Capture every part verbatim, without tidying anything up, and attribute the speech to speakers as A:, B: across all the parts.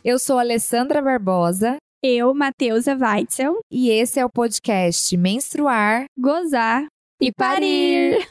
A: Eu sou Alessandra Barbosa.
B: Eu, Matheusa Weitzel.
A: E esse é o podcast Menstruar,
B: Gozar e,
A: e Parir.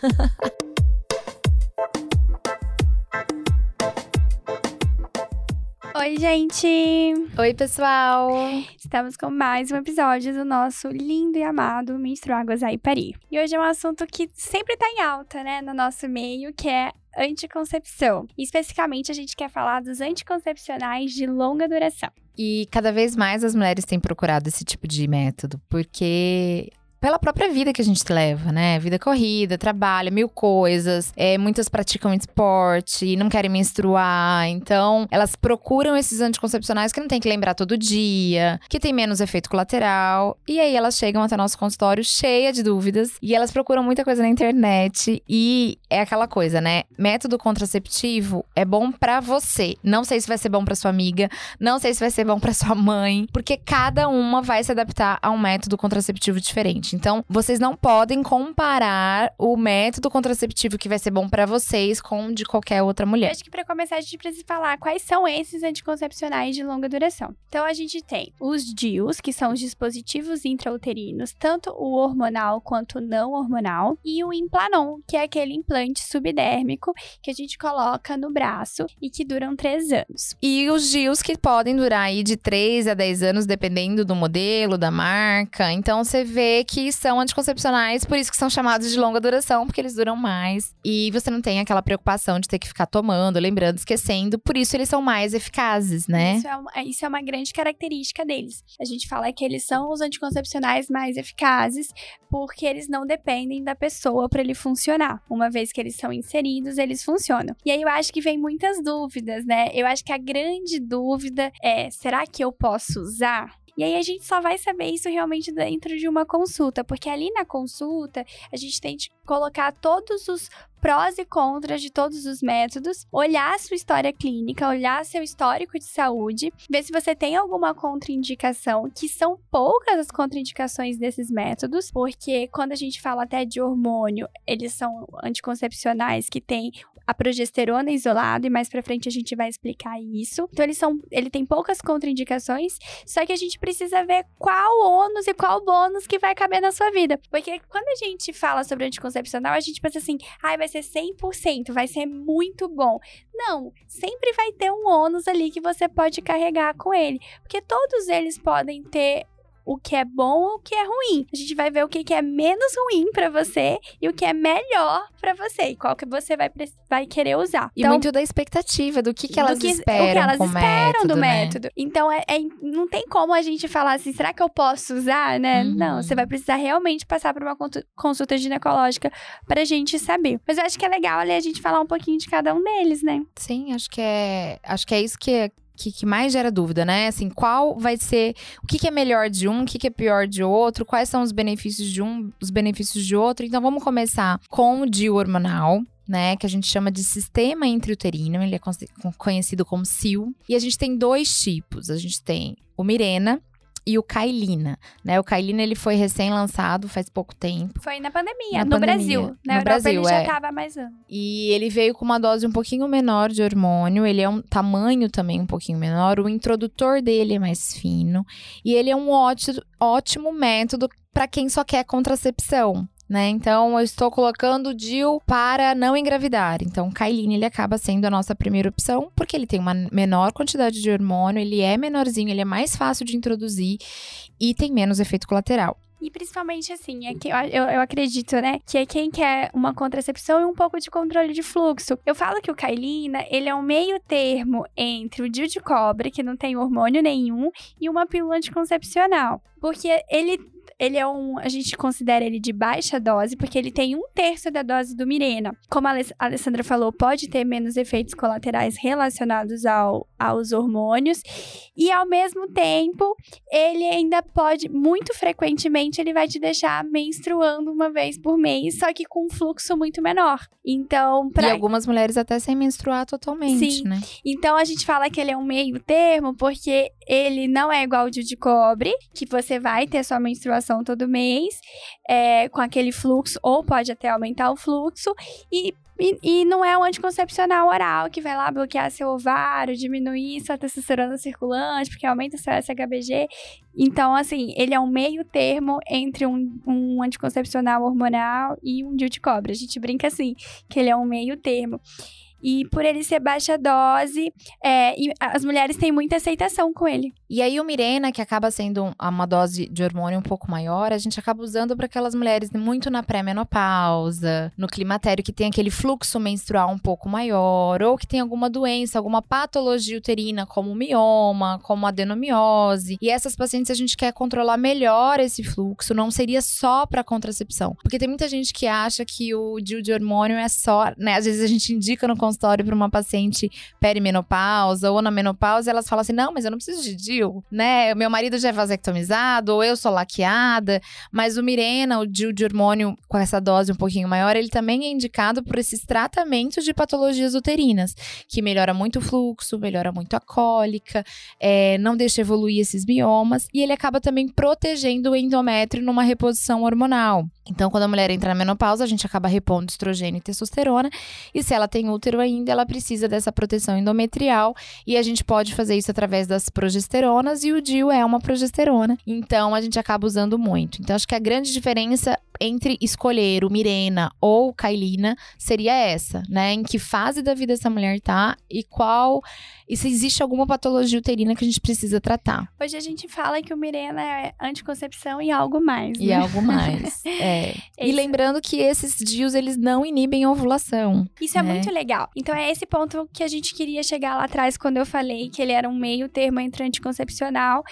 B: Oi, gente!
A: Oi, pessoal!
B: Estamos com mais um episódio do nosso lindo e amado Menstruar, Gozar e Parir. E hoje é um assunto que sempre tá em alta, né, no nosso meio, que é anticoncepção. E, especificamente, a gente quer falar dos anticoncepcionais de longa duração.
A: E cada vez mais as mulheres têm procurado esse tipo de método, porque pela própria vida que a gente leva, né? Vida corrida, trabalho, mil coisas. É, muitas praticam esporte, não querem menstruar. Então, elas procuram esses anticoncepcionais que não tem que lembrar todo dia, que tem menos efeito colateral. E aí, elas chegam até nosso consultório cheia de dúvidas. E elas procuram muita coisa na internet. E é aquela coisa, né? Método contraceptivo é bom pra você. Não sei se vai ser bom pra sua amiga. Não sei se vai ser bom pra sua mãe. Porque cada uma vai se adaptar a um método contraceptivo diferente. Então, vocês não podem comparar o método contraceptivo que vai ser bom pra vocês com o de qualquer outra mulher.
B: Acho que pra começar, a gente precisa falar quais são esses anticoncepcionais de longa duração. Então, a gente tem os D I Us, que são os dispositivos intrauterinos, tanto o hormonal quanto o não hormonal, e o Implanon, que é aquele implante subdérmico que a gente coloca no braço e que duram três anos.
A: E os D I Us que podem durar aí de três a dez anos, dependendo do modelo, da marca. Então, você vê que são anticoncepcionais, por isso que são chamados de longa duração, porque eles duram mais. E você não tem aquela preocupação de ter que ficar tomando, lembrando, esquecendo. Por isso eles são mais eficazes, né?
B: Isso é uma, isso é uma grande característica deles. A gente fala que eles são os anticoncepcionais mais eficazes, porque eles não dependem da pessoa para ele funcionar. Uma vez que eles são inseridos, eles funcionam. E aí eu acho que vem muitas dúvidas, né? Eu acho que a grande dúvida é, será que eu posso usar? E aí a gente só vai saber isso realmente dentro de uma consulta, porque ali na consulta a gente tem que colocar todos os prós e contras de todos os métodos, olhar a sua história clínica, olhar seu histórico de saúde, ver se você tem alguma contraindicação, que são poucas as contraindicações desses métodos, porque quando a gente fala até de hormônio, eles são anticoncepcionais que têm a progesterona isolada, e mais pra frente a gente vai explicar isso. Então, eles são, ele tem poucas contraindicações, só que a gente precisa ver qual ônus e qual bônus que vai caber na sua vida. Porque quando a gente fala sobre anticoncepcional, a gente pensa assim, ai, ah, vai ser cem por cento, vai ser muito bom. Não, sempre vai ter um ônus ali que você pode carregar com ele. Porque todos eles podem ter o que é bom ou o que é ruim. A gente vai ver o que é menos ruim pra você e o que é melhor pra você. E qual que você vai, vai querer usar.
A: E então, muito da expectativa, do que, que elas
B: do que,
A: esperam
B: o que elas
A: com
B: esperam
A: método,
B: do
A: né?
B: método. Então, é, é, não tem como a gente falar assim, será que eu posso usar, né? Uhum. Não, você vai precisar realmente passar por uma consulta ginecológica pra gente saber. Mas eu acho que é legal ali a gente falar um pouquinho de cada um deles, né?
A: Sim, acho que é, acho que é isso que é Que, que mais gera dúvida, né? Assim, qual vai ser... O que, que é melhor de um, o que, que é pior de outro, quais são os benefícios de um, os benefícios de outro. Então, vamos começar com o D I U hormonal, né? Que a gente chama de sistema intrauterino, ele é conhecido como S I U. E a gente tem dois tipos. A gente tem o Mirena e o Cailina, né? O Cailina, ele foi recém-lançado faz pouco tempo.
B: Foi na pandemia,
A: na
B: no
A: pandemia.
B: Brasil. Na
A: no
B: Europa
A: Brasil,
B: ele já
A: é.
B: tava há mais anos.
A: E ele veio com uma dose um pouquinho menor de hormônio, ele é um tamanho também um pouquinho menor, o introdutor dele é mais fino. E ele é um ótimo, ótimo método para quem só quer contracepção, né? Então, eu estou colocando o D I U para não engravidar. Então, o Cailina, ele acaba sendo a nossa primeira opção, porque ele tem uma menor quantidade de hormônio, ele é menorzinho, ele é mais fácil de introduzir e tem menos efeito colateral.
B: E principalmente assim, é que eu, eu, eu acredito, né, que é quem quer uma contracepção e um pouco de controle de fluxo. Eu falo que o Cailina, ele é um meio termo entre o D I U de cobre, que não tem hormônio nenhum, e uma pílula anticoncepcional. Porque ele... Ele é um, a gente considera ele de baixa dose, porque ele tem um terço da dose do Mirena. Como a Alessandra falou, pode ter menos efeitos colaterais relacionados ao, aos hormônios. E, ao mesmo tempo, ele ainda pode, muito frequentemente, ele vai te deixar menstruando uma vez por mês, só que com um fluxo muito menor. Então, pra...
A: E algumas mulheres até sem menstruar totalmente,
B: Sim.
A: né?
B: Então, a gente fala que ele é um meio termo, porque ele não é igual ao D I U de cobre, que você vai ter sua menstruação todo mês, é, com aquele fluxo, ou pode até aumentar o fluxo, e E, e não é um anticoncepcional oral que vai lá bloquear seu ovário, diminuir sua testosterona circulante, porque aumenta seu S H B G. Então, assim, ele é um meio termo entre um, um anticoncepcional hormonal e um D I U de cobre. A gente brinca assim, que ele é um meio termo. E por ele ser baixa dose, é, e as mulheres têm muita aceitação com ele.
A: E aí o Mirena, que acaba sendo uma dose de hormônio um pouco maior, a gente acaba usando para aquelas mulheres muito na pré-menopausa, no climatério, que tem aquele fluxo menstrual um pouco maior, ou que tem alguma doença, alguma patologia uterina, como mioma, como adenomiose. E essas pacientes a gente quer controlar melhor esse fluxo, não seria só para contracepção. Porque tem muita gente que acha que o D I U de hormônio é só, né? Às vezes a gente indica no consultório para uma paciente perimenopausa ou na menopausa, elas falam assim, não, mas eu não preciso de D I U, né? Meu marido já é vasectomizado, ou eu sou laqueada, mas o Mirena, o D I U de hormônio com essa dose um pouquinho maior, ele também é indicado por esses tratamentos de patologias uterinas, que melhora muito o fluxo, melhora muito a cólica, é, não deixa evoluir esses miomas, e ele acaba também protegendo o endométrio numa reposição hormonal. Então, quando a mulher entra na menopausa, a gente acaba repondo estrogênio e testosterona, e se ela tem útero ainda, ela precisa dessa proteção endometrial, e a gente pode fazer isso através das progesteronas, e o D I U é uma progesterona, então a gente acaba usando muito. Então, acho que a grande diferença entre escolher o Mirena ou o Cailina seria essa, né? Em que fase da vida essa mulher tá e qual... E se existe alguma patologia uterina que a gente precisa tratar.
B: Hoje a gente fala que o Mirena é anticoncepção e algo mais, né?
A: E algo mais, é. E lembrando que esses D I Us, eles não inibem a ovulação.
B: Isso é
A: né?
B: muito legal. Então é esse ponto que a gente queria chegar lá atrás quando eu falei que ele era um meio termo entre anticoncepcional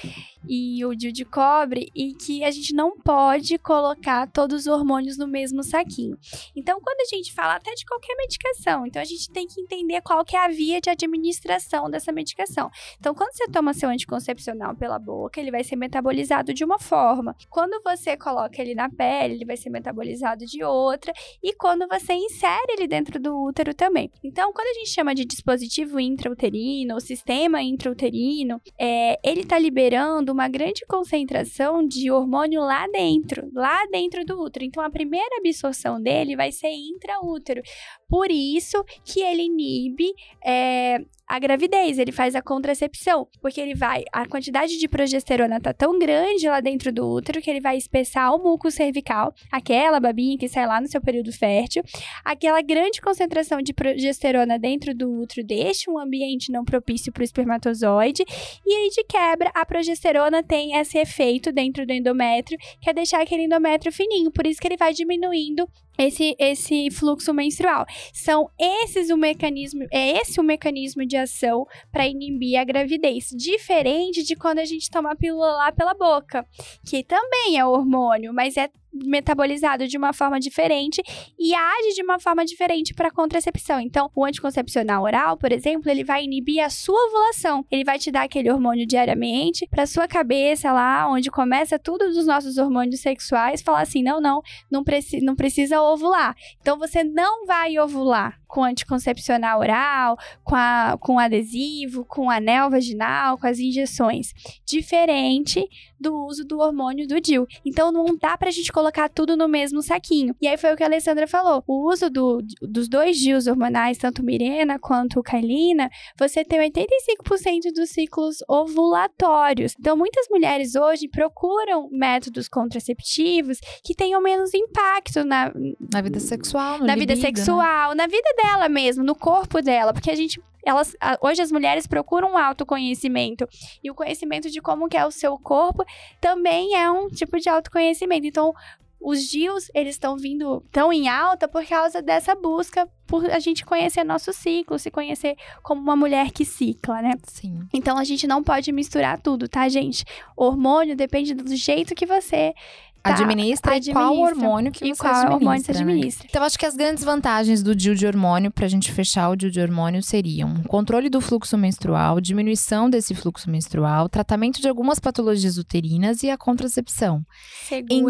B: e o D I U de cobre, e que a gente não pode colocar todos os hormônios no mesmo saquinho. Então, quando a gente fala até de qualquer medicação, então a gente tem que entender qual que é a via de administração dessa medicação. Então, quando você toma seu anticoncepcional pela boca, ele vai ser metabolizado de uma forma. Quando você coloca ele na pele, ele vai ser metabolizado de outra. E quando você insere ele dentro do útero também. Então, quando a gente chama de dispositivo intrauterino ou sistema intrauterino, é, ele está liberando uma grande concentração de hormônio lá dentro, lá dentro do útero. Então, a primeira absorção dele vai ser intraútero. Por isso que ele inibe é, a gravidez, ele faz a contracepção, porque ele vai, a quantidade de progesterona tá tão grande lá dentro do útero que ele vai espessar o muco cervical, aquela babinha que sai lá no seu período fértil. Aquela grande concentração de progesterona dentro do útero deixa um ambiente não propício para o espermatozoide, e aí de quebra a progesterona tem esse efeito dentro do endométrio, que é deixar aquele endométrio fininho, por isso que ele vai diminuindo esse, esse fluxo menstrual. São esses o mecanismo, é esse o mecanismo de ação para inibir a gravidez, diferente de quando a gente toma a pílula lá pela boca, que também é hormônio, mas é metabolizado de uma forma diferente e age de uma forma diferente para contracepção. Então, o anticoncepcional oral, por exemplo, ele vai inibir a sua ovulação. Ele vai te dar aquele hormônio diariamente para sua cabeça lá, onde começa tudo dos nossos hormônios sexuais, falar assim, não, não, não, preci- não precisa ovular. Então, você não vai ovular com anticoncepcional oral, com, a, com adesivo, com anel vaginal, com as injeções. Diferente do uso do hormônio do D I U. Então, não dá pra gente colocar tudo no mesmo saquinho. E aí foi o que a Alessandra falou. O uso do, dos dois D I Us hormonais, tanto o Mirena quanto o Cailina, você tem oitenta e cinco por cento dos ciclos ovulatórios. Então, muitas mulheres hoje procuram métodos contraceptivos que tenham menos impacto na,
A: na vida sexual, no
B: na
A: libido,
B: vida sexual, né? Na vida dela mesmo, no corpo dela, porque a gente Elas, hoje as mulheres procuram um autoconhecimento, e o conhecimento de como que é o seu corpo também é um tipo de autoconhecimento. Então, os D I Us, eles estão vindo tão em alta por causa dessa busca por a gente conhecer nosso ciclo, se conhecer como uma mulher que cicla, né?
A: Sim.
B: Então, a gente não pode misturar tudo, tá, gente? Hormônio depende do jeito que você Tá,
A: administra,
B: administra
A: e qual hormônio que
B: e
A: você
B: qual
A: administra,
B: hormônio você
A: né?
B: administra.
A: Então, acho que as grandes vantagens do D I U de hormônio, pra gente fechar o D I U de hormônio, seriam um controle do fluxo menstrual, diminuição desse fluxo menstrual, tratamento de algumas patologias uterinas e a contracepção.
B: Segura.
A: Em...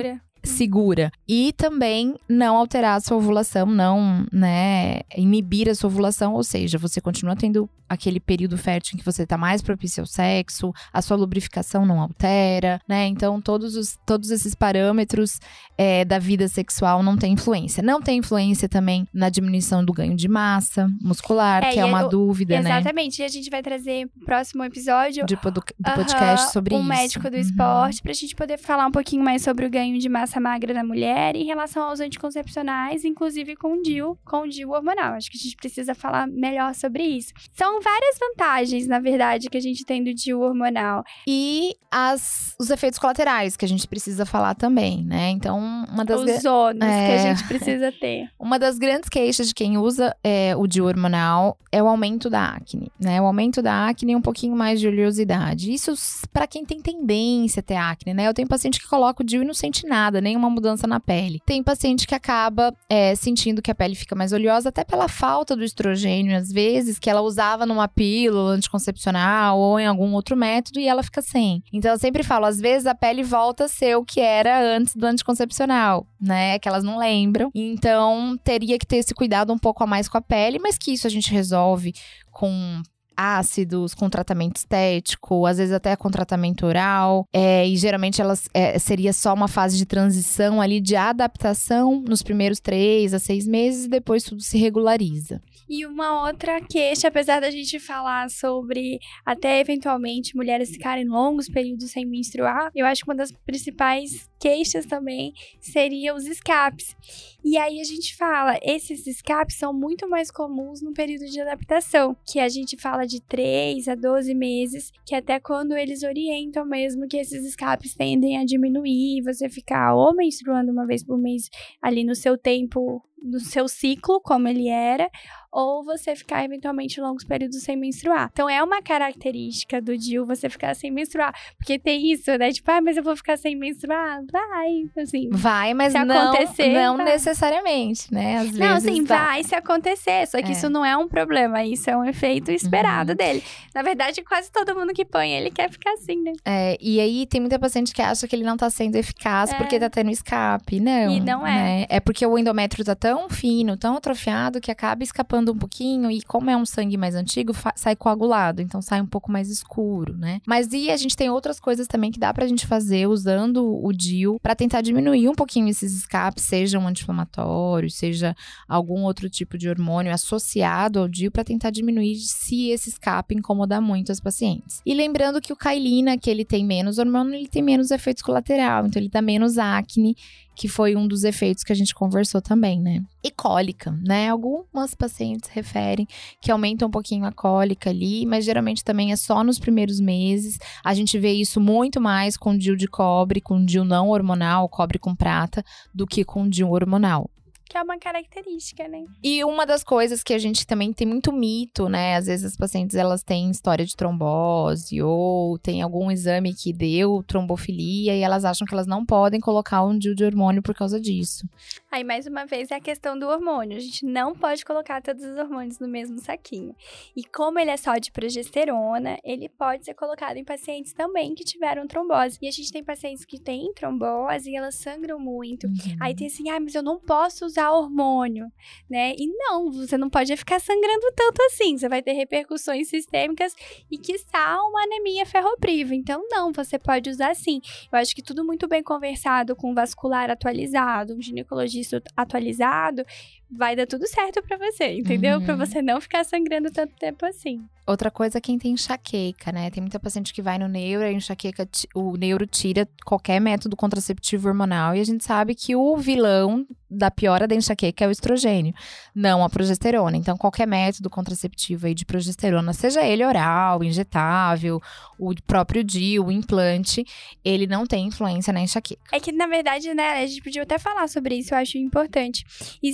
A: segura. E também não alterar a sua ovulação, não, né, inibir a sua ovulação, ou seja, você continua tendo aquele período fértil em que você tá mais propício ao sexo, a sua lubrificação não altera, né? Então, todos, os, todos esses parâmetros é, da vida sexual não tem influência. Não tem influência também na diminuição do ganho de massa muscular,
B: É,
A: que é
B: e
A: uma
B: eu-
A: dúvida, né?
B: Exatamente. E a gente vai trazer no próximo episódio
A: De, podu- do
B: aham,
A: podcast sobre
B: um
A: isso.
B: médico do
A: Uhum.
B: esporte, pra gente poder falar um pouquinho mais sobre o ganho de massa magra na mulher em relação aos anticoncepcionais, inclusive com o D I U, com o D I U hormonal. Acho que a gente precisa falar melhor sobre isso. São várias vantagens, na verdade, que a gente tem do D I U hormonal.
A: E as, os efeitos colaterais, que a gente precisa falar também, né? Então, uma das, gra-
B: Os ônus que
A: É.
B: a gente precisa ter.
A: uma das grandes queixas de quem usa é, o D I U hormonal é o aumento da acne, né? O aumento da acne e um pouquinho mais de oleosidade. Isso pra quem tem tendência a ter acne, né? Eu tenho paciente que coloca o D I U e não sente nada, nenhuma mudança na pele. Tem paciente que acaba é, sentindo que a pele fica mais oleosa, até pela falta do estrogênio, às vezes, que ela usava numa pílula anticoncepcional ou em algum outro método e ela fica sem. Então, eu sempre falo, às vezes a pele volta a ser o que era antes do anticoncepcional, né? Que elas não lembram. Então, teria que ter esse cuidado um pouco a mais com a pele, mas que isso a gente resolve com ácidos, com tratamento estético, às vezes até com tratamento oral. É, e geralmente elas é, seria só uma fase de transição ali, de adaptação nos primeiros três a seis meses e depois tudo se regulariza.
B: E uma outra queixa, apesar da gente falar sobre até eventualmente mulheres ficarem longos períodos sem menstruar, eu acho que uma das principais queixas também seria os escapes. E aí a gente fala, esses escapes são muito mais comuns no período de adaptação, que a gente fala de três a doze meses, que até quando eles orientam mesmo que esses escapes tendem a diminuir, você ficar ou menstruando uma vez por mês ali no seu tempo, no seu ciclo, como ele era, ou você ficar eventualmente longos períodos sem menstruar. Então é uma característica do D I U você ficar sem menstruar, porque tem isso, né? Tipo, ah, mas eu vou ficar sem menstruar? Vai, assim.
A: Vai, mas
B: Se
A: não,
B: acontecer,
A: não
B: vai.
A: necessariamente, né? Às
B: Não,
A: vezes
B: assim,
A: dá.
B: vai se acontecer, só que
A: É.
B: isso não é um problema, isso é um efeito esperado dele. Na verdade, quase todo mundo que põe ele quer ficar assim, né?
A: É, e aí tem muita paciente que acha que ele não tá sendo eficaz
B: É.
A: porque tá tendo escape. Não.
B: E não é.
A: Né? É porque o endométrio tá tão fino, tão atrofiado, que acaba escapando um pouquinho. E como é um sangue mais antigo, fa- sai coagulado. Então sai um pouco mais escuro, né? Mas e a gente tem outras coisas também que dá pra gente fazer usando o D I U pra tentar diminuir um pouquinho esses escapes, seja um anti-inflamatório, seja algum outro tipo de hormônio associado ao D I U pra tentar diminuir se esse escape incomodar muito as pacientes. E lembrando que o Cailina, que ele tem menos hormônio, ele tem menos efeitos colaterais, então ele dá menos acne, que foi um dos efeitos que a gente conversou também, né? E cólica, né? Algumas pacientes referem que aumenta um pouquinho a cólica ali, mas geralmente também é só nos primeiros meses. A gente vê isso muito mais com D I U de cobre, com D I U não hormonal, cobre com prata, do que com D I U hormonal.
B: Que é uma característica, né?
A: E uma das coisas que a gente também tem muito mito, né? Às vezes as pacientes, elas têm história de trombose ou tem algum exame que deu trombofilia e elas acham que elas não podem colocar um D I U de hormônio por causa disso.
B: Aí, mais uma vez, é a questão do hormônio. A gente não pode colocar todos os hormônios no mesmo saquinho. E como ele é só de progesterona, ele pode ser colocado em pacientes também que tiveram trombose. E a gente tem pacientes que têm trombose e elas sangram muito.
A: Uhum.
B: Aí tem assim, ah, mas eu não posso usar hormônio, né? E não, você não pode ficar sangrando tanto assim. Você vai ter repercussões sistêmicas e, quiçá, uma anemia ferropriva. Então, não, você pode usar sim. Eu acho que tudo muito bem conversado com um vascular atualizado, um ginecologista atualizado, vai dar tudo certo pra você, entendeu?
A: Uhum.
B: Pra você não ficar sangrando tanto tempo assim.
A: Outra coisa é quem tem enxaqueca, né? Tem muita paciente que vai no neuro, a enxaqueca, ti- o neuro tira qualquer método contraceptivo hormonal e a gente sabe que o vilão da piora da enxaqueca é o estrogênio, não a progesterona. Então, qualquer método contraceptivo aí de progesterona, seja ele oral, injetável, o próprio D I U, o implante, ele não tem influência na enxaqueca.
B: É que, na verdade, né, a gente podia até falar sobre isso, eu acho importante. Existem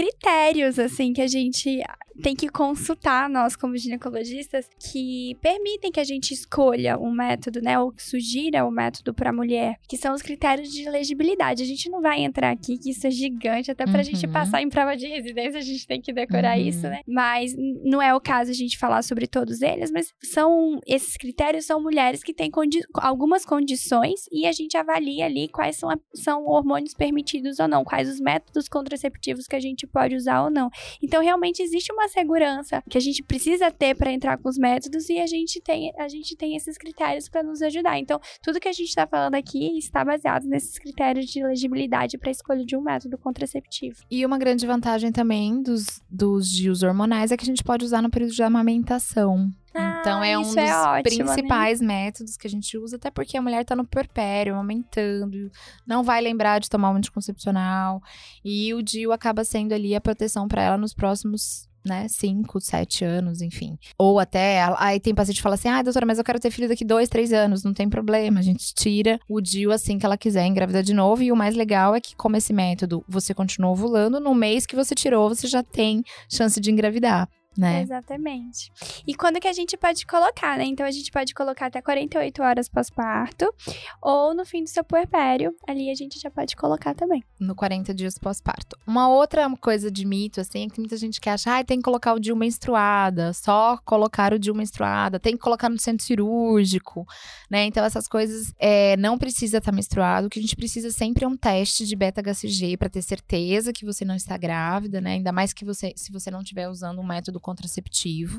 B: critérios, assim, que a gente tem que consultar, nós como ginecologistas, que permitem que a gente escolha um método, né, ou que sugira o método para a mulher, que são os critérios de elegibilidade. A gente não vai entrar aqui, que isso é gigante, até pra uhum. gente passar em prova de residência, a gente tem que decorar uhum. isso, né? Mas não é o caso a gente falar sobre todos eles, mas são, esses critérios são mulheres que têm condi- algumas condições e a gente avalia ali quais são, a, são hormônios permitidos ou não, quais os métodos contraceptivos que a gente pode usar ou não. Então, realmente existe uma segurança que a gente precisa ter para entrar com os métodos e a gente tem, a gente tem esses critérios para nos ajudar. Então, tudo que a gente está falando aqui está baseado nesses critérios de elegibilidade para a escolha de um método contraceptivo.
A: E uma grande vantagem também dos, dos D I Us hormonais é que a gente pode usar no período de amamentação.
B: Ah,
A: então, é um dos
B: é ótimo,
A: principais
B: né?
A: métodos que a gente usa, até porque a mulher tá no puerpério, amamentando, não vai lembrar de tomar um anticoncepcional. E o D I U acaba sendo ali a proteção para ela nos próximos, né, cinco, sete anos, enfim. Ou até, aí tem paciente que fala assim, ah, doutora, mas eu quero ter filho daqui dois, três anos, não tem problema, a gente tira o D I U assim que ela quiser, engravida de novo, e o mais legal é que, como esse método, você continua ovulando, no mês que você tirou, você já tem chance de engravidar. Né?
B: Exatamente. E quando que a gente pode colocar, né? Então, a gente pode colocar até quarenta e oito horas pós-parto ou no fim do seu puerpério, ali a gente já pode colocar também.
A: No quarenta dias pós-parto. Uma outra coisa de mito, assim, é que muita gente que acha, ah, tem que colocar o D I U menstruada, só colocar o D I U menstruada, tem que colocar no centro cirúrgico, né? Então, essas coisas, é, não precisa estar menstruado, o que a gente precisa sempre é um teste de beta-H C G para ter certeza que você não está grávida, né? Ainda mais que você, se você não estiver usando um método contraceptivo.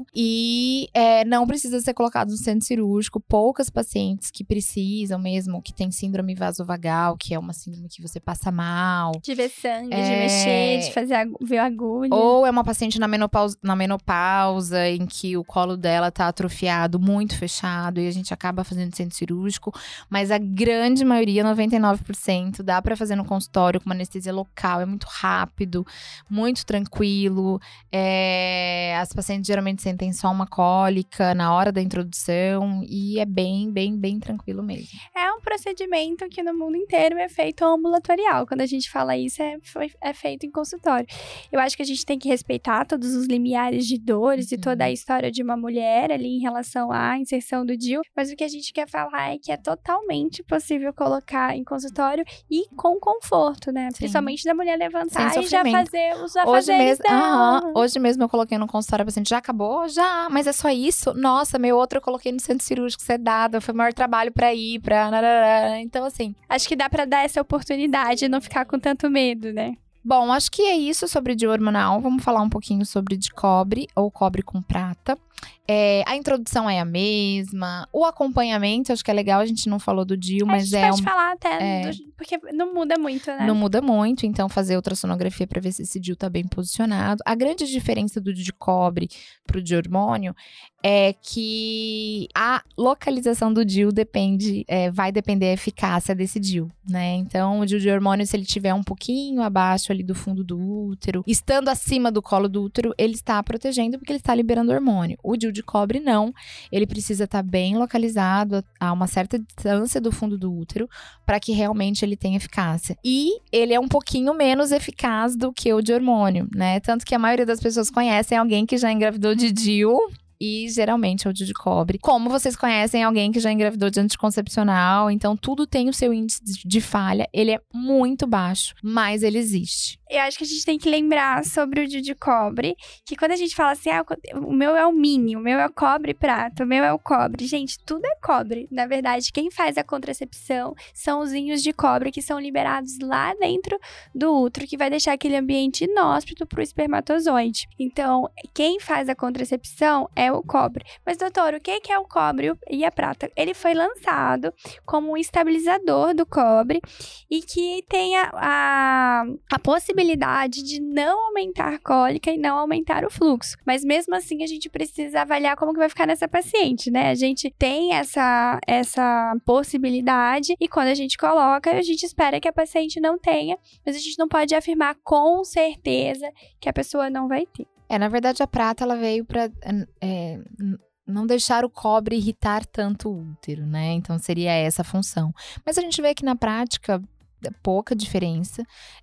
A: E é, não precisa ser colocado no centro cirúrgico. Poucas pacientes que precisam mesmo, que tem síndrome vasovagal, que é uma síndrome que você passa mal.
B: De ver sangue,
A: é...
B: de mexer, de fazer ag- ver agulha.
A: Ou é uma paciente na menopausa, na menopausa, em que o colo dela tá atrofiado, muito fechado, e a gente acaba fazendo centro cirúrgico. Mas a grande maioria, noventa e nove por cento, dá pra fazer no consultório com uma anestesia local. É muito rápido, muito tranquilo. É... As pacientes geralmente sentem só uma cólica na hora da introdução e é bem, bem, bem tranquilo mesmo.
B: É um procedimento que no mundo inteiro é feito ambulatorial. Quando a gente fala isso, é, foi, é feito em consultório. Eu acho que a gente tem que respeitar todos os limiares de dores uhum. e toda a história de uma mulher ali em relação à inserção do D I U, mas o que a gente quer falar é que é totalmente possível colocar em consultório e com conforto, né? Sim. Principalmente da mulher levantar e já fazer os afazeres dela.
A: Uhum. Hoje mesmo eu coloquei no consultório, a paciente já acabou? Já, mas é só isso? Nossa, meu outro eu coloquei no centro cirúrgico sedado, foi o maior trabalho pra ir, pra... Então, assim...
B: Acho que dá pra dar essa oportunidade e não ficar com tanto medo, né?
A: Bom, acho que é isso sobre D I U hormonal. Vamos falar um pouquinho sobre de cobre ou cobre com prata. É, a introdução é a mesma. O acompanhamento, acho que é legal, a gente não falou do D I U, mas é...
B: A gente pode
A: um,
B: falar até,
A: é,
B: do, porque não muda muito, né?
A: Não muda muito, então fazer ultrassonografia para ver se esse D I U tá bem posicionado. A grande diferença do de cobre pro de hormônio é que a localização do D I U depende, é, vai depender da eficácia desse D I U, né? Então, o D I U de hormônio, se ele tiver um pouquinho abaixo ali do fundo do útero, estando acima do colo do útero, ele está protegendo porque ele está liberando hormônio. O D I U de cobre, não. Ele precisa estar bem localizado a uma certa distância do fundo do útero para que realmente ele tenha eficácia. E ele é um pouquinho menos eficaz do que o de hormônio, né? Tanto que a maioria das pessoas conhecem alguém que já engravidou de D I U. E geralmente é o D I U de cobre. Como vocês conhecem alguém que já engravidou de anticoncepcional, então tudo tem o seu índice de falha. Ele é muito baixo, mas ele existe.
B: Eu acho que a gente tem que lembrar sobre o D I U de cobre, que quando a gente fala assim, ah, o meu é o mini, o meu é o cobre prata, o meu é o cobre. Gente, tudo é cobre. Na verdade, quem faz a contracepção são os íons de cobre que são liberados lá dentro do útero, que vai deixar aquele ambiente inóspito para o espermatozoide. Então, quem faz a contracepção é o cobre. Mas, doutor, o que é o cobre e a prata? Ele foi lançado como um estabilizador do cobre e que tem a, a, a possibilidade de não aumentar a cólica e não aumentar o fluxo. Mas, mesmo assim, a gente precisa avaliar como que vai ficar nessa paciente, né? A gente tem essa, essa possibilidade e quando a gente coloca, a gente espera que a paciente não tenha, mas a gente não pode afirmar com certeza que a pessoa não vai ter.
A: É, na verdade, a prata, ela veio para é, não deixar o cobre irritar tanto o útero, né? Então, seria essa a função. Mas a gente vê que na prática, pouca diferença.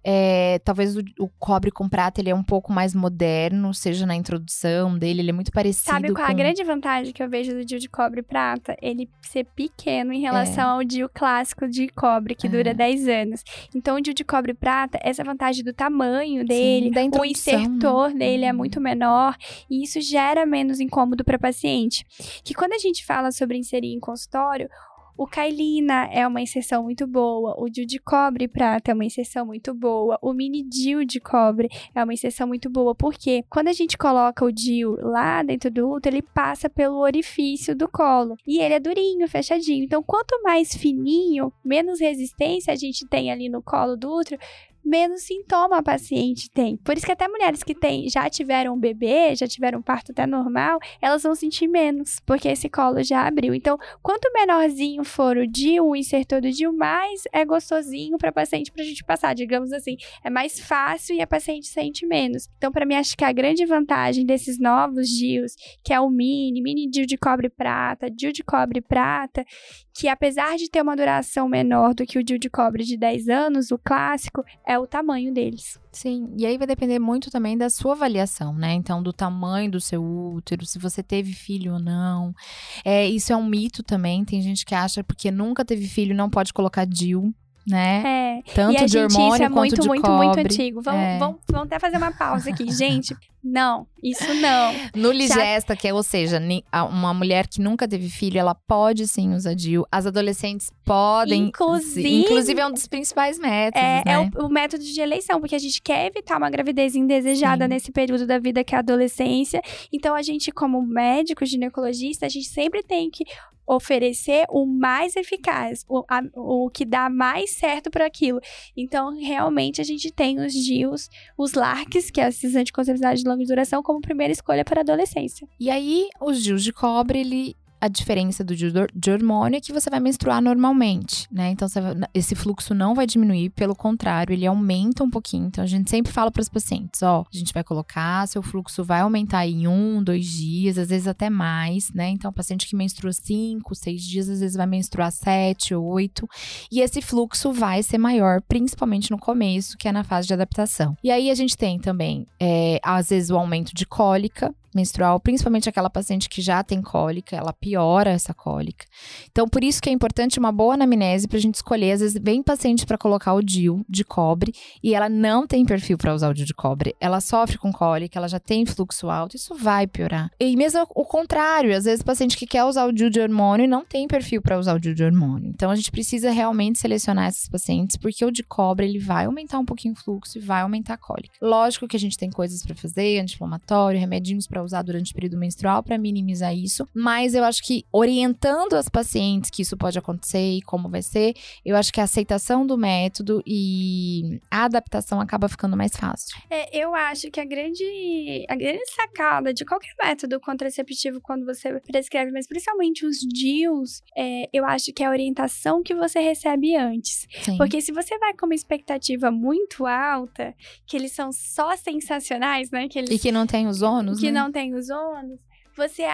A: É, talvez o, o cobre com prata, ele é um pouco mais moderno, seja na introdução dele, ele é muito parecido
B: Sabe qual
A: com...
B: a grande vantagem que eu vejo do D I U de cobre e prata? Ele ser pequeno em relação
A: É.
B: ao D I U clássico de cobre, que
A: É.
B: dura dez anos. Então, o D I U de cobre e prata, essa vantagem do tamanho dele,
A: Sim, da
B: o
A: introdução,
B: insertor
A: né?
B: dele é
A: Uhum.
B: muito menor, e isso gera menos incômodo para paciente. Que quando a gente fala sobre inserir em consultório, o Kailina é uma inserção muito boa, o D I U de cobre e prata é uma inserção muito boa, o mini D I U de cobre é uma inserção muito boa, porque quando a gente coloca o D I U lá dentro do útero, ele passa pelo orifício do colo, e ele é durinho, fechadinho. Então, quanto mais fininho, menos resistência a gente tem ali no colo do útero, menos sintoma a paciente tem. Por isso que até mulheres que têm, já tiveram um bebê, já tiveram um parto até normal, elas vão sentir menos, porque esse colo já abriu. Então, quanto menorzinho for o D I U, o insertor do D I U, mais é gostosinho para paciente pra gente passar, digamos assim. É mais fácil e a paciente sente menos. Então, para mim, acho que a grande vantagem desses novos D I Us, que é o mini, mini D I U de cobre e prata, D I U de cobre e prata, que apesar de ter uma duração menor do que o D I U de cobre de dez anos, o clássico, é o tamanho deles.
A: Sim, e aí vai depender muito também da sua avaliação, né? Então, do tamanho do seu útero, se você teve filho ou não. É, isso é um mito também, tem gente que acha porque nunca teve filho não pode colocar D I U, né?
B: É,
A: Tanto
B: e a
A: de
B: gente,
A: hormônio
B: isso é
A: quanto
B: muito,
A: de
B: muito,
A: cobre.
B: muito antigo. Vamos,
A: É.
B: vamos, vamos até fazer uma pausa aqui. Gente, não, isso não.
A: No Ligesta, que é, ou seja, ni- a- uma mulher que nunca teve filho, ela pode sim usar D I U. As adolescentes podem.
B: Inclusive-
A: sim. Inclusive, é um dos principais métodos,
B: É,
A: né?
B: é o, o método de eleição, porque a gente quer evitar uma gravidez indesejada
A: Sim.
B: nesse período da vida que é a adolescência. Então, a gente, como médico, ginecologista, a gente sempre tem que oferecer o mais eficaz, o, a- o que dá mais certo para aquilo. Então, realmente, a gente tem os D I Us, os LARCs, que é esses anticoncepcionais de longa duração, como primeira escolha para a adolescência.
A: E aí, os D I Us de cobre, ele. A diferença do D I U de hormônio é que você vai menstruar normalmente, né? Então, você vai- esse fluxo não vai diminuir, pelo contrário, ele aumenta um pouquinho. Então, a gente sempre fala para os pacientes, ó, a gente vai colocar, seu fluxo vai aumentar em um, dois dias, às vezes até mais, né? Então, o paciente que menstrua cinco, seis dias, às vezes vai menstruar sete, oito. E esse fluxo vai ser maior, principalmente no começo, que é na fase de adaptação. E aí, a gente tem também, é, às vezes, o aumento de cólica menstrual, principalmente aquela paciente que já tem cólica, ela piora essa cólica. Então, por isso que é importante uma boa anamnese pra gente escolher. Às vezes, vem paciente pra colocar o D I U de cobre e ela não tem perfil pra usar o D I U de cobre. Ela sofre com cólica, ela já tem fluxo alto, isso vai piorar. E mesmo o contrário, às vezes, paciente que quer usar o D I U de hormônio não tem perfil pra usar o D I U de hormônio. Então, a gente precisa realmente selecionar esses pacientes, porque o de cobre, ele vai aumentar um pouquinho o fluxo e vai aumentar a cólica. Lógico que a gente tem coisas pra fazer, anti-inflamatório, remedinhos pra usar durante o período menstrual para minimizar isso, mas eu acho que orientando as pacientes que isso pode acontecer e como vai ser, eu acho que a aceitação do método e a adaptação acaba ficando mais fácil.
B: É, eu acho que a grande, a grande sacada de qualquer método contraceptivo quando você prescreve, mas principalmente os D I Us, é, eu acho que é a orientação que você recebe antes.
A: Sim.
B: Porque se você vai com uma expectativa muito alta, que eles são só sensacionais, né? Que eles,
A: E que não tem os ônus,
B: que
A: né?
B: não tem os ônus, você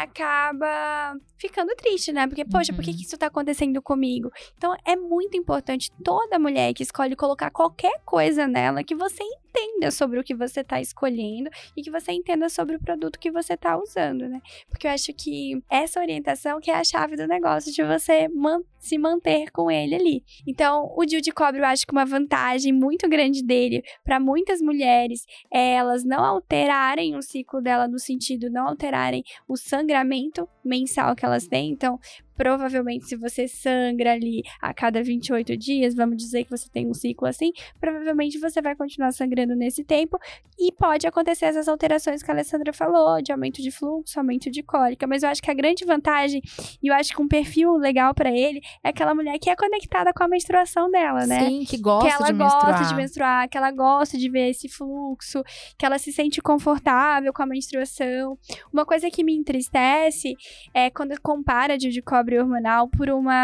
B: acaba ficando triste, né? Porque, poxa,
A: Uhum.
B: por que que isso tá acontecendo comigo? Então, é muito importante toda mulher que escolhe colocar qualquer coisa nela, que você entenda sobre o que você tá escolhendo e que você entenda sobre o produto que você tá usando, né? Porque eu acho que essa orientação que é a chave do negócio de você man- se manter com ele ali. Então, o D I U de cobre, eu acho que uma vantagem muito grande dele para muitas mulheres é elas não alterarem o ciclo dela no sentido, não alterarem o sangramento mensal que elas têm. Então, provavelmente, se você sangra ali a cada vinte e oito dias, vamos dizer que você tem um ciclo assim, provavelmente você vai continuar sangrando nesse tempo e pode acontecer essas alterações que a Alessandra falou, de aumento de fluxo, aumento de cólica. Mas eu acho que a grande vantagem, e eu acho que um perfil legal pra ele, é aquela mulher que é conectada com a menstruação dela, né?
A: Sim, que gosta
B: que ela
A: de
B: gosta
A: menstruar.
B: de menstruar, que ela gosta de ver esse fluxo, que ela se sente confortável com a menstruação. Uma coisa que me entristece é quando compara D I U de cobre hormonal por uma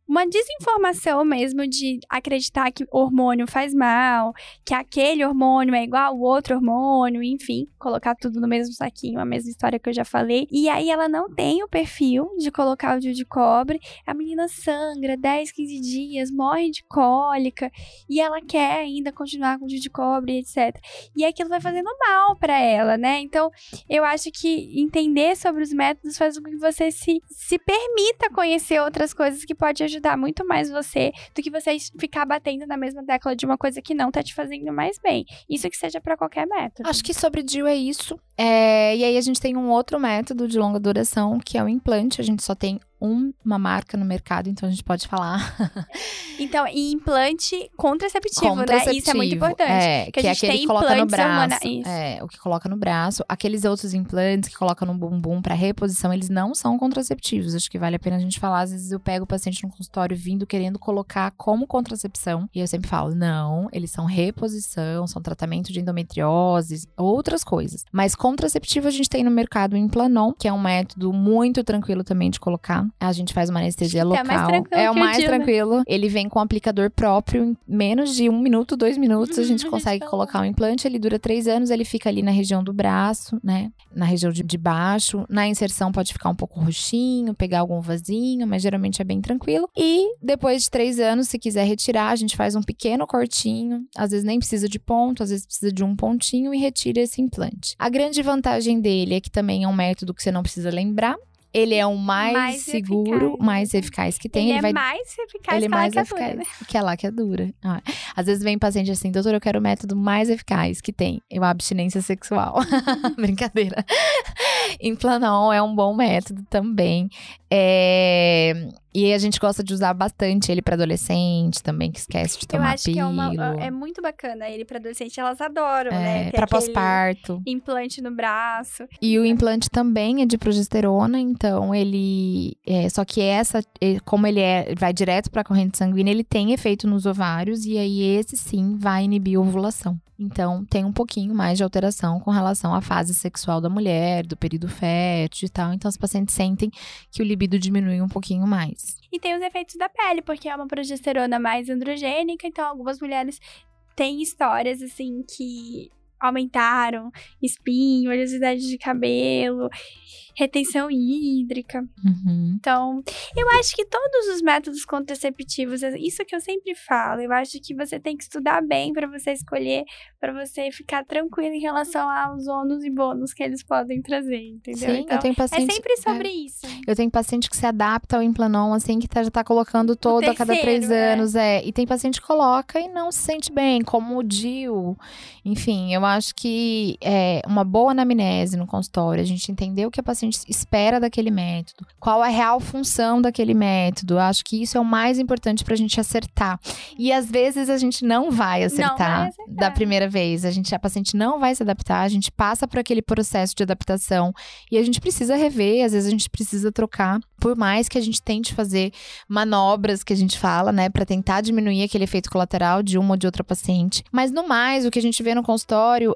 B: uma desinformação mesmo de acreditar que hormônio faz mal, que aquele hormônio é igual ao outro hormônio, enfim, colocar tudo no mesmo saquinho, a mesma história que eu já falei. E aí ela não tem o perfil de colocar o D I U de cobre, a menina sangra dez, quinze dias, morre de cólica, e ela quer ainda continuar com o D I U de cobre, etcétera. E aquilo vai fazendo mal pra ela, né? Então, eu acho que entender sobre os métodos faz com que você se, se permita conhecer outras coisas que pode ajudar muito mais você do que você ficar batendo na mesma tecla de uma coisa que não tá te fazendo mais bem. Isso que seja pra qualquer método.
A: Acho que sobre D I U é isso. É, e aí a gente tem um outro método de longa duração, que é o implante. A gente só tem um, uma marca no mercado, então a gente pode falar.
B: Então, e implante contraceptivo,
A: contraceptivo,
B: né? Isso é muito importante.
A: É,
B: que,
A: que
B: a
A: é
B: gente
A: aquele
B: tem
A: que coloca no braço.
B: Isso.
A: É, o que coloca no braço. Aqueles outros implantes que colocam no bumbum pra reposição, eles não são contraceptivos. Acho que vale a pena a gente falar. Às vezes eu pego o paciente no consultório vindo querendo colocar como contracepção. E eu sempre falo, não, eles são reposição, são tratamento de endometriose, outras coisas. Mas contraceptivo a gente tem no mercado o Implanon, que é um método muito tranquilo também de colocar. A gente faz uma anestesia local.
B: É mais tranquilo.
A: É o mais
B: que o D I U,
A: tranquilo.
B: né?
A: Ele vem com um aplicador próprio. Em menos de um minuto, dois minutos, a gente consegue colocar o implante. Ele dura três anos, ele fica ali na região do braço, né? Na região de, de baixo. Na inserção pode ficar um pouco roxinho, pegar algum vasinho, mas geralmente é bem tranquilo. E depois de três anos, se quiser retirar, a gente faz um pequeno cortinho. Às vezes nem precisa de ponto, às vezes precisa de um pontinho e retira esse implante. A grande vantagem dele é que também é um método que você não precisa lembrar. Ele é o mais, mais seguro, eficaz. mais eficaz que tem.
B: Ele,
A: ele
B: é
A: vai...
B: mais eficaz
A: ele é
B: que
A: mais
B: a
A: eficaz
B: laqueadura, né?
A: que a laqueadura. Ah, às vezes vem paciente assim, doutor, eu quero o método mais eficaz que tem. É a abstinência sexual. Brincadeira. Implanon é um bom método também. É... E a gente gosta de usar bastante ele para adolescente também, que esquece de tomar
B: Eu acho
A: pílula.
B: que é, uma, é muito bacana ele para adolescente, elas adoram,
A: é,
B: né?
A: Para pós-parto.
B: Implante no braço.
A: E o implante também é de progesterona, então ele... É, só que essa, como ele é, vai direto para a corrente sanguínea, ele tem efeito nos ovários e aí esse sim vai inibir a ovulação. Então, tem um pouquinho mais de alteração com relação à fase sexual da mulher, do período fértil e tal. Então, os pacientes sentem que o libido diminui um pouquinho mais.
B: E tem os efeitos da pele, porque é uma progesterona mais androgênica. Então, algumas mulheres têm histórias, assim, que aumentaram espinho, oleosidade de cabelo, retenção hídrica.
A: Uhum.
B: Então, eu acho que todos os métodos contraceptivos, isso que eu sempre falo, eu acho que você tem que estudar bem para você escolher, para você ficar tranquilo em relação aos ônus e bônus que eles podem trazer, entendeu?
A: Sim,
B: então,
A: eu tenho paciente,
B: é sempre sobre
A: é,
B: isso.
A: Eu tenho paciente que se adapta ao Implanon, assim, que tá, já tá colocando todo terceiro, a cada três é. anos, é. E tem paciente que coloca e não se sente bem, como o D I U. Enfim, eu acho que é uma boa anamnese no consultório, a gente entender o que a paciente espera daquele método, qual é a real função daquele método. Eu acho que isso é o mais importante pra gente acertar. E às vezes a gente não vai acertar,
B: não vai acertar.
A: da primeira vez. A, gente, a paciente não vai se adaptar, a gente passa por aquele processo de adaptação e a gente precisa rever, às vezes a gente precisa trocar, por mais que a gente tente fazer manobras que a gente fala, né, pra tentar diminuir aquele efeito colateral de uma ou de outra paciente. Mas no mais, o que a gente vê no consultório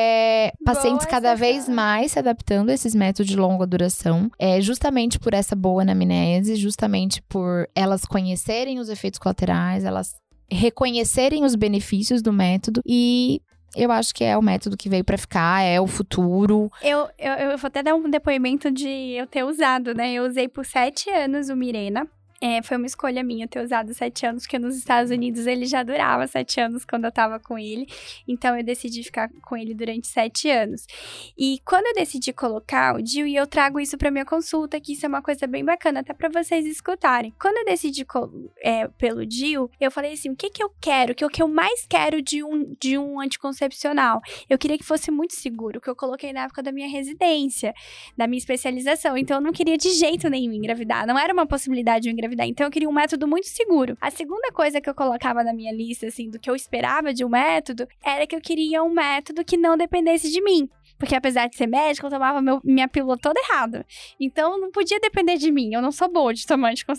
A: é pacientes
B: boa
A: cada
B: essa
A: vez
B: cara.
A: mais se adaptando a esses métodos de longa duração, é justamente por essa boa anamnese, justamente por elas conhecerem os efeitos colaterais, elas reconhecerem os benefícios do método e eu acho que é o método que veio pra ficar, é o futuro.
B: Eu, eu, eu vou até dar um depoimento de eu ter usado, né? Eu usei por sete anos o Mirena. É, foi uma escolha minha ter usado sete anos, porque nos Estados Unidos ele já durava sete anos quando eu tava com ele. Então, eu decidi ficar com ele durante sete anos. E quando eu decidi colocar o D I U, e eu trago isso pra minha consulta, que isso é uma coisa bem bacana, até pra vocês escutarem. Quando eu decidi é, pelo D I U, eu falei assim, o que que eu quero? O que, o que eu mais quero de um, de um anticoncepcional? Eu queria que fosse muito seguro, que eu coloquei na época da minha residência, da minha especialização. Então, eu não queria de jeito nenhum engravidar. Não era uma possibilidade de eu engravidar. Então, eu queria um método muito seguro. A segunda coisa que eu colocava na minha lista, assim, do que eu esperava de um método, era que eu queria um método que não dependesse de mim. Porque apesar de ser médica, eu tomava meu, minha pílula toda errada. Então, não podia depender de mim. Eu não sou boa de tomar anticoncep...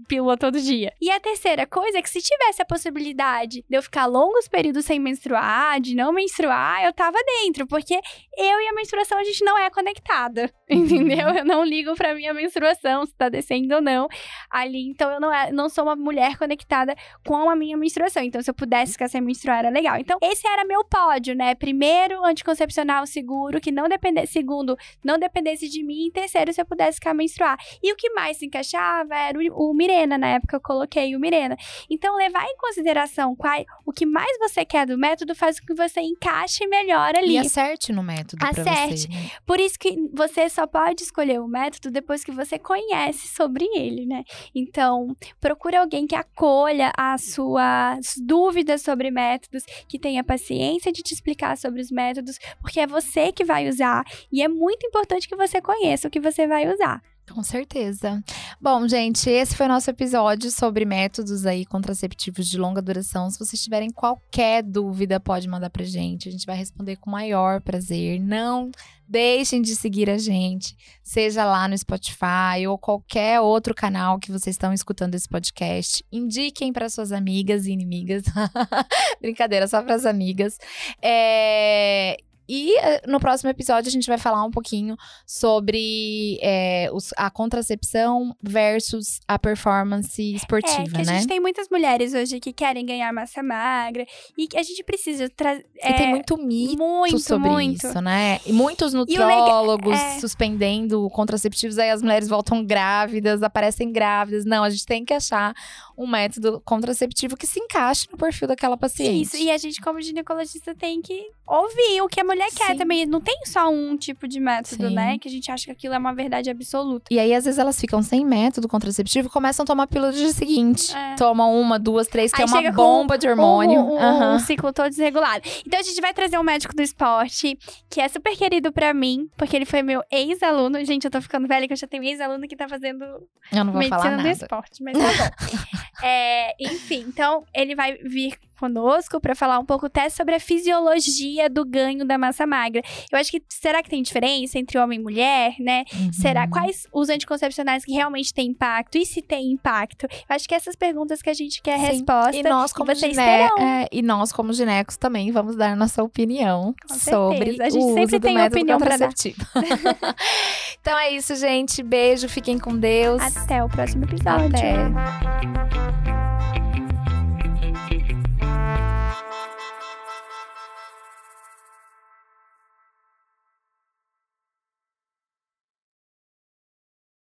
B: pílula todo dia. E a terceira coisa é que se tivesse a possibilidade de eu ficar longos períodos sem menstruar, de não menstruar, eu tava dentro, porque eu e a menstruação, a gente não é conectada, entendeu? Eu não ligo pra minha menstruação, se tá descendo ou não ali, então eu não, é, não sou uma mulher conectada com a minha menstruação, então se eu pudesse ficar sem menstruar era legal. Então esse era meu pódio, né? Primeiro, anticoncepcional seguro, que não dependesse, segundo, não dependesse de mim, e terceiro, se eu pudesse ficar menstruar. E o que mais se encaixava era o, o Mirena, na época eu coloquei o Mirena. Então levar em consideração qual, o que mais você quer do método faz com que você encaixe melhor ali.
A: E acerte no método pra
B: Acerte.
A: você. Né?
B: Por isso que você só pode escolher o método depois que você conhece sobre ele, né? Então, procure alguém que acolha as suas dúvidas sobre métodos, que tenha paciência de te explicar sobre os métodos, porque é você que vai usar e é muito importante que você conheça o que você vai usar.
A: Com certeza. Bom, gente, esse foi o nosso episódio sobre métodos aí contraceptivos de longa duração. Se vocês tiverem qualquer dúvida, pode mandar pra gente. A gente vai responder com o maior prazer. Não deixem de seguir a gente, seja lá no Spotify ou qualquer outro canal que vocês estão escutando esse podcast. Indiquem para suas amigas e inimigas. Brincadeira, só para as amigas. É... E no próximo episódio a gente vai falar um pouquinho sobre é, os, a contracepção versus a performance esportiva,
B: é, que a
A: né?
B: A gente tem muitas mulheres hoje que querem ganhar massa magra e que a gente precisa trazer…
A: É, e tem muito mito
B: muito,
A: sobre
B: muito.
A: isso, né? E muitos nutrólogos
B: lega- é...
A: suspendendo contraceptivos, aí as mulheres voltam grávidas, aparecem grávidas. Não, a gente tem que achar um método contraceptivo que se encaixe no perfil daquela paciente.
B: Isso, e a gente como ginecologista tem que ouvir o que a mulher quer
A: Sim.
B: também. Não tem só um tipo de método,
A: Sim.
B: né? Que a gente acha que aquilo é uma verdade absoluta.
A: E aí, às vezes, elas ficam sem método contraceptivo e começam a tomar pílula do dia seguinte.
B: É.
A: Tomam uma, duas, três, que
B: Aí
A: é uma
B: chega com
A: bomba de hormônio.
B: Um, um,
A: Aham.
B: um ciclo todo desregulado. Então a gente vai trazer um médico do esporte, que é super querido pra mim, porque ele foi meu ex-aluno. Gente, eu tô ficando velha, que eu já tenho ex-aluno que tá fazendo
A: Eu não vou
B: medicina
A: falar
B: do
A: nada.
B: esporte, mas tá bom. é, enfim, então ele vai vir conosco para falar um pouco até sobre a fisiologia do ganho da massa magra. Eu acho que, será que tem diferença entre homem e mulher, né?
A: Uhum.
B: Será, quais os anticoncepcionais que realmente têm impacto? E se tem impacto? Eu acho que essas perguntas que a gente quer
A: Sim.
B: resposta.
A: E nós, como
B: e vocês
A: gine...
B: terão.
A: é, e nós, como ginecos, também vamos dar nossa opinião
B: Com
A: sobre
B: certeza. A gente
A: o
B: sempre
A: uso do
B: tem
A: método
B: opinião pra dar.
A: contraceptivo. Então é isso, gente. Beijo, fiquem com Deus.
B: Até o próximo episódio.
A: Até.